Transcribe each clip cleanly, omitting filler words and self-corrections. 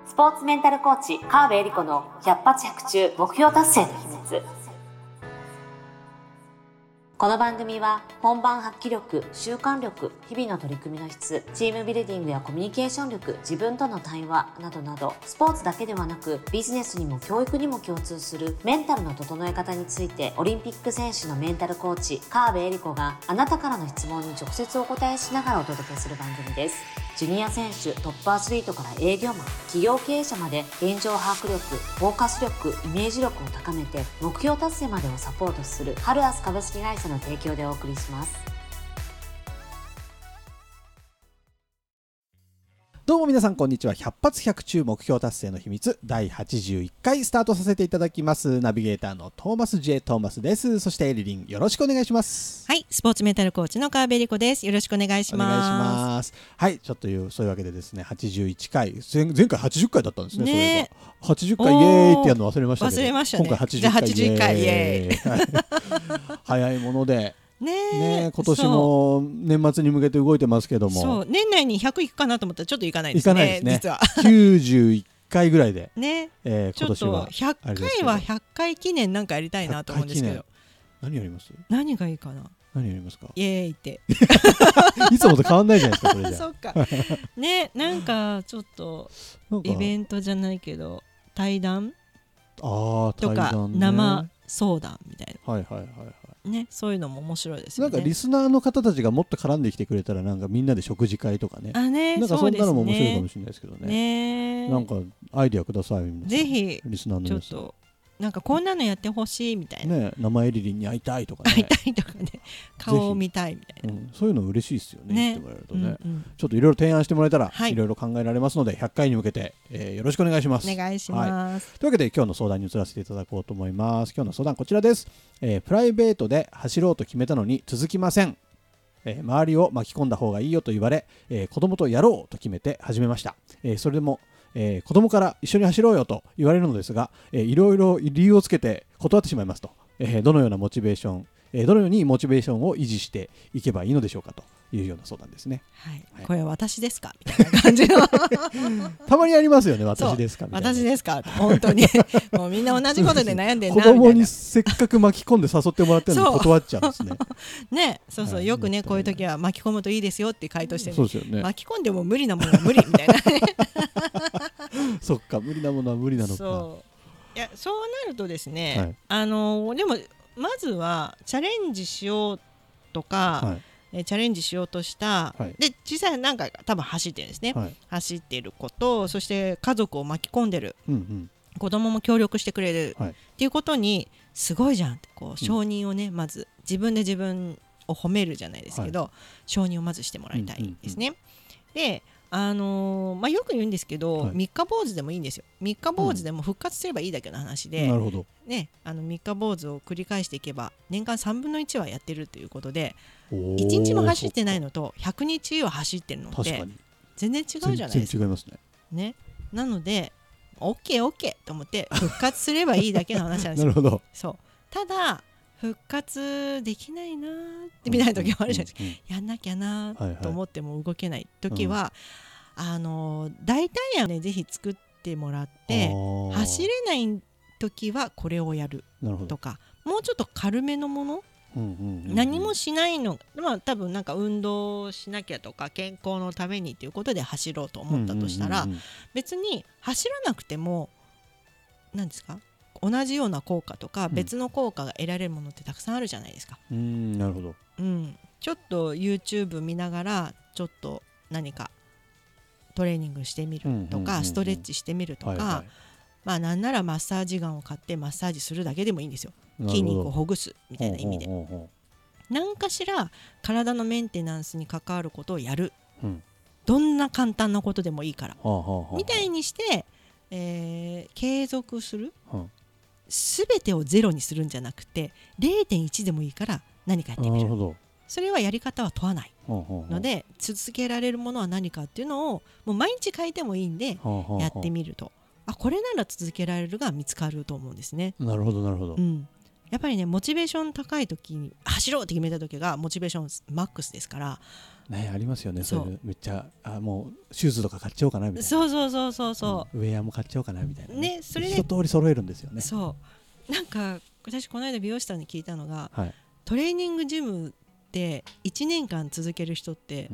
スポーツメンタルコーチ川辺恵理子の百発百中目標達成の秘密。この番組は本番発揮力、習慣力、日々の取り組みの質、チームビルディングやコミュニケーション力、自分との対話などなど、スポーツだけではなくビジネスにも教育にも共通するメンタルの整え方について、オリンピック選手のメンタルコーチ川辺恵理子があなたからの質問に直接お答えしながらお届けする番組です。ジュニア選手、トップアスリートから営業マン、企業経営者まで現状把握力、フォーカス力、イメージ力を高めて目標達成までをサポートするハルアス株式会社の提供でお送りします。 どうも皆さんこんにちは。百発百中目標達成の秘密第81回スタートさせていただきます。ナビゲーターのトーマス J トーマスです。そしてエリリンよろしくお願いします。 はい、スポーツメンタルコーチの川辺恵理子です。よろしくお願いします。 お願いします。はい、ちょっとそういうわけでですね、81回 前回80回だったんですね。そういえば80回イエーイってやるの忘れましたけど、 忘れましたね。 今回じゃあ 80回イエーイ早いものでね、 今年も年末に向けて動いてますけども、 そう年内に100いくかなと思ったらちょっといかないですね。 いかないですね。 実は 91回ぐらいで、 ね、 今年はちょっと100回は100回記念なんかやりたいなと思うんですけど、 何やります？ 何がいいかな。 何やりますか？ イエーイっていつもと変わんないじゃないですか。それじゃそっかね、なんかちょっとイベントじゃないけど対談とか生相談みたいな、 はいはいはいはいね、そういうのも面白いですよね。 なんかリスナーの方たちがもっと絡んできてくれたら、なんかみんなで食事会とかね、なんかそんなのも面白いかもしれないですけどね。なんかアイディアください。 ぜひリスナーの皆さん、 ちょっとなんかこんなのやってほしいみたいな、 ね、生エリリンに会いたいとかね、 会いたいとかね、顔を見たいみたいな、そういうの嬉しいですよね。言ってもらえるとね、ちょっといろいろ提案してもらえたらいろいろ考えられますので、100回に向けて、よろしくお願いします。 お願いします。 というわけで今日の相談に移らせていただこうと思います。今日の相談こちらです。プライベートで走ろうと決めたのに続きません。周りを巻き込んだ方がいいよと言われ、子供とやろうと決めて始めました。それでも子供から一緒に走ろうよと言われるのですが、いろいろ理由をつけて断ってしまいますと、どのようにモチベーションを維持していけばいいのでしょうかというような相談ですね。 はい、これ私ですかみたいな感じのたまにありますよね。私ですかみたいな。 私ですか本当にもうみんな同じことで悩んでるなみたいな。 子供にせっかく巻き込んで誘ってもらってるのに断っちゃうんですね。 ね、そうそう、よくねこういう時は巻き込むといいですよって回答してる。 そうですよね。 巻き込んでも無理なものは無理みたいなそっか、無理なものは無理なのか。 いや、そうなるとですね、でもまずはチャレンジしようとか、チャレンジしようとした、で実際なんか多分走ってるんですね、走っていること、そして家族を巻き込んでる、子供も協力してくれる、っていうことにすごいじゃんってこう承認をね、まず自分で自分を褒めるじゃないですけど、承認をまずしてもらいたいですね。でよく言うんですけど、三日坊主でもいいんですよ。三日坊主でも復活すればいいだけの話で、ね、三日坊主を繰り返していけば年間3分の1はやってるということで、1日も走ってないのと100日は走ってるのって全然違うじゃないですか。 全然違いますね。なので OK と思って復活すればいいだけの話なんですよ。 なるほど。 そう。ただ復活できないなってみたいな時もあるじゃないですか。やんなきゃなと思っても動けない時は、代替案をねぜひ作ってもらって、走れない時はこれをやるとか、もうちょっと軽めのもの、何もしないの、多分なんか運動しなきゃとか健康のためにということで走ろうと思ったとしたら、別に走らなくても何ですか、同じような効果とか別の効果が得られるものってたくさんあるじゃないですか。 なるほど。 ちょっと YouTube 見ながらちょっと何かトレーニングしてみるとか、ストレッチしてみるとか、なんならマッサージガンを買ってマッサージするだけでもいいんですよ。筋肉をほぐすみたいな意味で、何かしら体のメンテナンスに関わることをやる、どんな簡単なことでもいいから、みたいにして、継続する、全てをゼロにするんじゃなくて 0.1 でもいいから何かやってみる。それはやり方は問わないので、続けられるものは何かっていうのをもう毎日変えてもいいんでやってみると、これなら続けられるが見つかると思うんですね。 なるほどなるほど。 やっぱりねモチベーション高い時に走ろうって決めた時がモチベーションマックスですからね、ありますよね。そういうめっちゃもうシューズとか買っちゃおうかなみたいな。そう、 ウェアも買っちゃおうかなみたいなね。それで一通り揃えるんですよね。 そうなんか私この間美容師さんに聞いたのが、 はい、 トレーニングジムで1年間続ける人って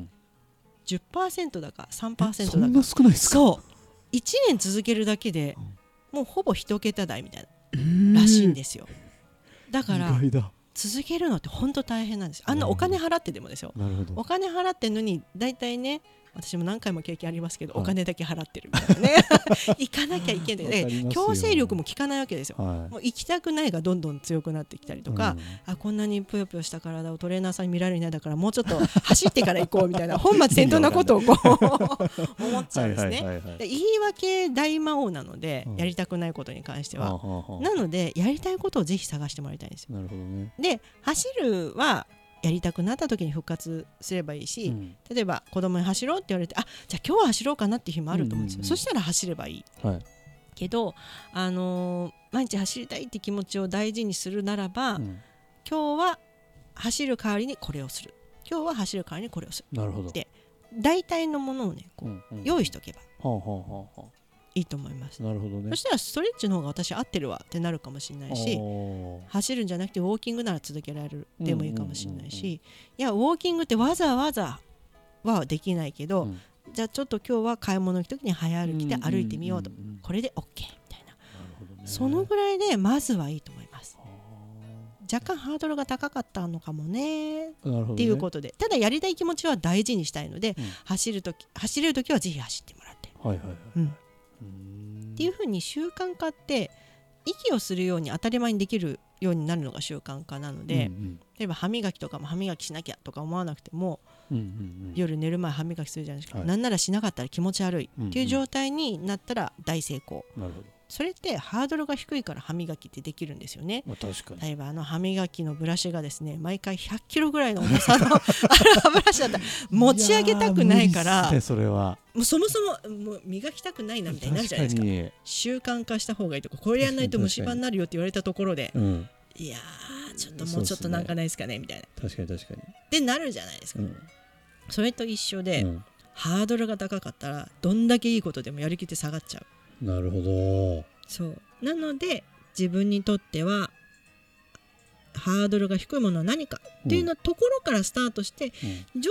、10% だか 3% だか。 そんな少ないですか。 そう1年続けるだけで、もうほぼ1桁台みたいな、らしいんですよ。だから続けるのって本当大変なんです。あんなお金払ってでもですよ。お金払ってんのに大体ね、私も何回も経験ありますけど、お金だけ払ってるみたいなね行かなきゃいけない、強制力も効かないわけですよ、もう行きたくないがどんどん強くなってきたりとか、こんなにぷよぷよした体をトレーナーさんに見られるようになるだからもうちょっと走ってから行こうみたいな本末転倒なことをこう思っちゃうんですね。で言い訳大魔王なので、やりたくないことに関しては、なのでやりたいことをぜひ探してもらいたいんですよ。 なるほどね。 で走るはやりたくなった時に復活すればいいし、例えば子供に走ろうって言われて、じゃあ今日は走ろうかなっていう日もあると思うんですよ、そしたら走ればいい、けど、毎日走りたいって気持ちを大事にするならば、今日は走る代わりにこれをする、今日は走る代わりにこれをする、 なるほど。 で大体のものをねこう、用意しとけばいいと思います。 なるほどね。 そしたらストレッチの方が私合ってるわってなるかもしれないし、走るんじゃなくてウォーキングなら続けられるでもいいかもしれないし、いやウォーキングってわざわざはできないけど、じゃあちょっと今日は買い物行く時に早歩きで歩いてみようと、これで OK みたいな、そのぐらいでまずはいいと思います。若干ハードルが高かったのかもねっていうことで、ただやりたい気持ちは大事にしたいので、走れる時はぜひ走ってもらって、っていう風に習慣化って息をするように当たり前にできるようになるのが習慣化なので、例えば歯磨きとかも歯磨きしなきゃとか思わなくても、夜寝る前歯磨きするじゃないですか、なんならしなかったら気持ち悪いっていう状態になったら大成功。それってハードルが低いから歯磨きってできるんですよね。例えば歯磨きのブラシがですね、毎回100キロぐらいの重さの歯ブラシだったら持ち上げたくないから、 それはもうそもそももう磨きたくないなみたいになるじゃないですか。習慣化した方がいいとか、これやらないと虫歯になるよって言われたところで、いやちょっともうちょっとなんかないですかねみたいな、 確かにってなるじゃないですか。それと一緒で、ハードルが高かったらどんだけいいことでもやる気って下がっちゃう。 なるほど。 そうなので自分にとってはハードルが低いものは何かっていうのところからスタートして、徐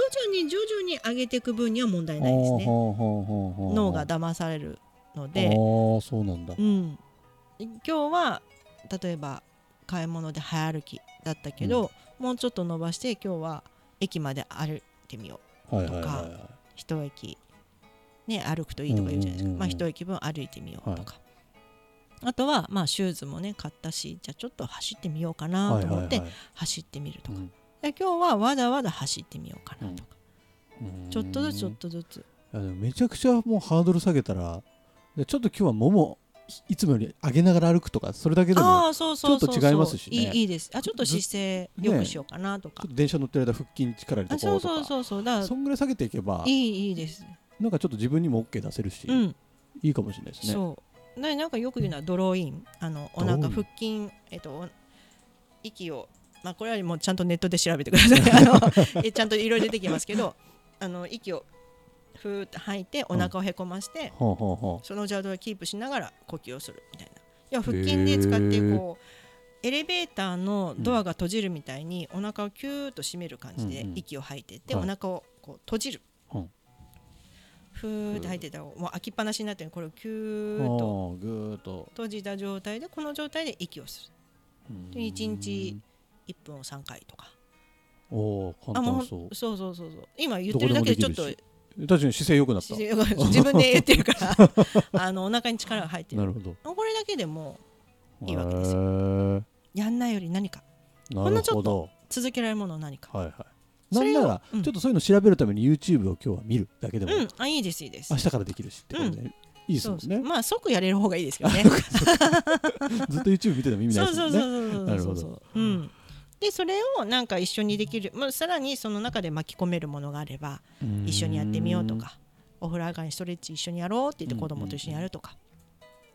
々に上げていく分には問題ないですね。脳が騙されるので、 そうなんだ。 今日は例えば買い物で早歩きだったけど、もうちょっと伸ばして今日は駅まで歩いてみようとか、一駅ね、歩くといいとか言うじゃないですか、一駅分歩いてみようとか、あとはシューズもね買ったし、じゃあちょっと走ってみようかなと思って走ってみるとか、今日はわざわざ走ってみようかなとか、ちょっとずつめちゃくちゃもうハードル下げたら、ちょっと今日はももいつもより上げながら歩くとか、それだけでもちょっと違いますしね。 いいです。ちょっと姿勢よくしようかなとか、 電車乗ってる間腹筋力入れとこうとか、そんぐらい下げていけばいいです。 なんかちょっと自分にも OK 出せるし、いいかもしれないですね。 そうなんかよく言うのはドローイン、お腹腹筋、息を、これはもうちゃんとネットで調べてくださいちゃんといろいろ出てきますけど、息をふーっと吐いてお腹をへこまして、その状態をキープしながら呼吸をするみたいな。いや腹筋で使ってこうエレベーターのドアが閉じるみたいに、お腹をキューッと締める感じで息を吐いてって、お腹をこう閉じる、ふーって吐いてたらもう開きっぱなしになってる、これをキューッとぐーっと閉じた状態で、この状態で息をする。1日1分を3回とか。 簡単そう。 そう今言ってるだけでちょっと確かに姿勢良くなった。 自分で言ってるからお腹に力が入ってる。 なるほど。 これだけでもいいわけですよ。やんないより何か、ほんのちょっと続けられるもの何か。なんならちょっとそういうの調べるために YouTube を今日は見るだけでも、 いいです明日からできるしってことでいいですもんね。 即やれる方がいいですけどね。 ずっと YouTube 見てても意味ないですもんね。なるほど。 でそれをなんか一緒にできる、さらにその中で巻き込めるものがあれば一緒にやってみようとか、お風呂上がりにストレッチ一緒にやろうって言って子供と一緒にやるとか、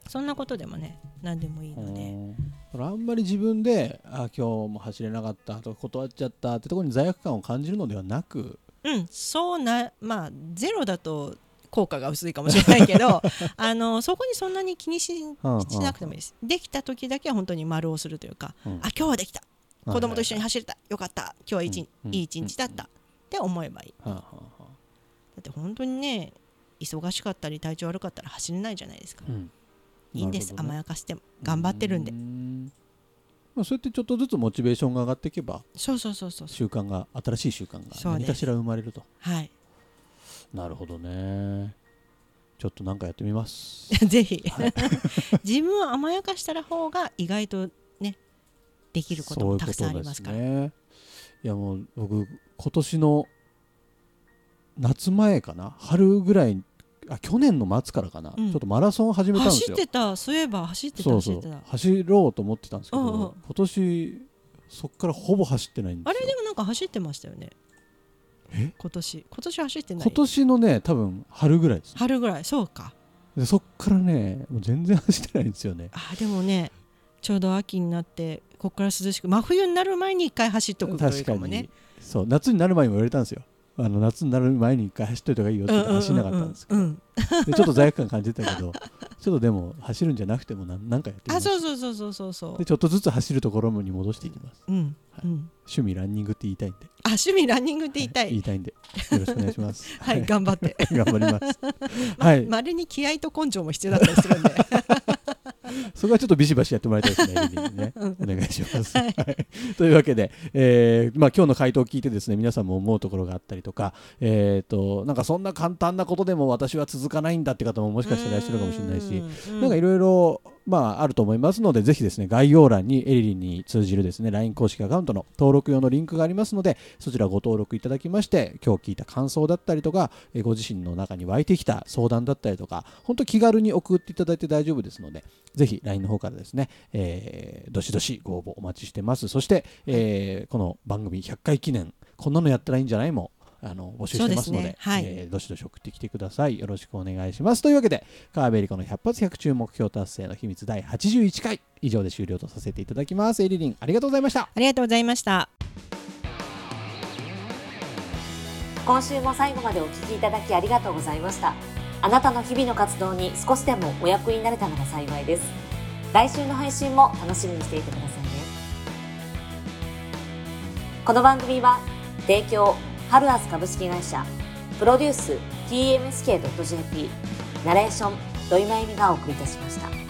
そんなことでもね何でもいいので、 あんまり自分で今日も走れなかったとか断っちゃったってところに罪悪感を感じるのではなく、 そうな、まあゼロだと効果が薄いかもしれないけどそこにそんなに気にしなくてもいいです。できた時だけは本当に丸をするというか、今日はできた、子供と一緒に走れた、よかった、今日はいい一日だったって思えばいい。だって本当にね忙しかったり体調悪かったら走れないじゃないですか。いいんです、甘やかしても頑張ってるんで。 そうやってちょっとずつモチベーションが上がっていけば、 習慣が、新しい習慣が何かしら生まれると。なるほどね。ちょっとなんかやってみますぜひ、自分を甘やかしたら方が意外とねできることもたくさんありますから。 いやもう僕今年の夏前かな、春ぐらい、去年の末からかな、ちょっとマラソンを始めたんですよ。 走ってた、そういえば走ってた。 走ろうと思ってたんですけど、今年そっからほぼ走ってないんですよ。 あれでもなんか走ってましたよね。今年走ってない。 今年のね多分春ぐらいです、 春ぐらい、そうか。 でそっからねもう全然走ってないんですよね。 でもねちょうど秋になってここから涼しく真冬になる前に一回走っとくというかもね。 そう、夏になる前にも言われたんですよ。夏になる前に一回走っといた方がいいよって走らなかったんですけど、でちょっと罪悪感感じてたけどちょっとでも走るんじゃなくても何かやってみます。 そうでちょっとずつ走るところに戻していきます。趣味ランニングって言いたいんで。 趣味ランニングって言いたい。 言いたいんでよろしくお願いします。 はい、頑張って頑張ります。はい。 まれに気合と根性も必要だったりするんで。 そこはちょっとビシバシやってもらいたいですね。お願いします。というわけで、今日の回答を聞いてですね、皆さんも思うところがあったりとか、なんかそんな簡単なことでも私は続かないんだって方ももしかしたらいらっしゃるかもしれないし、なんかいろいろあると思いますので、ぜひですね概要欄にエリリンに通じるですね LINE 公式アカウントの登録用のリンクがありますので、そちらご登録いただきまして、今日聞いた感想だったりとか、ご自身の中に湧いてきた相談だったりとか、本当気軽に送っていただいて大丈夫ですので、ぜひ LINE の方からですね、どしどしご応募お待ちしてます。そして、この番組100回記念、こんなのやったらいいんじゃないも募集してますので、どしどし送ってきてください。よろしくお願いします。というわけで、川辺理子の100発100中目標達成の秘密第81回以上で終了とさせていただきます。エリリン、ありがとうございました。 ありがとうございました。 今週も最後までお聞きいただきありがとうございました。あなたの日々の活動に少しでもお役になれたなら幸いです。来週の配信も楽しみにしていてくださいね。この番組は提供ハルアス株式会社、プロデュース TMSK.jp、ナレーション土井真由美がお送りいたしました。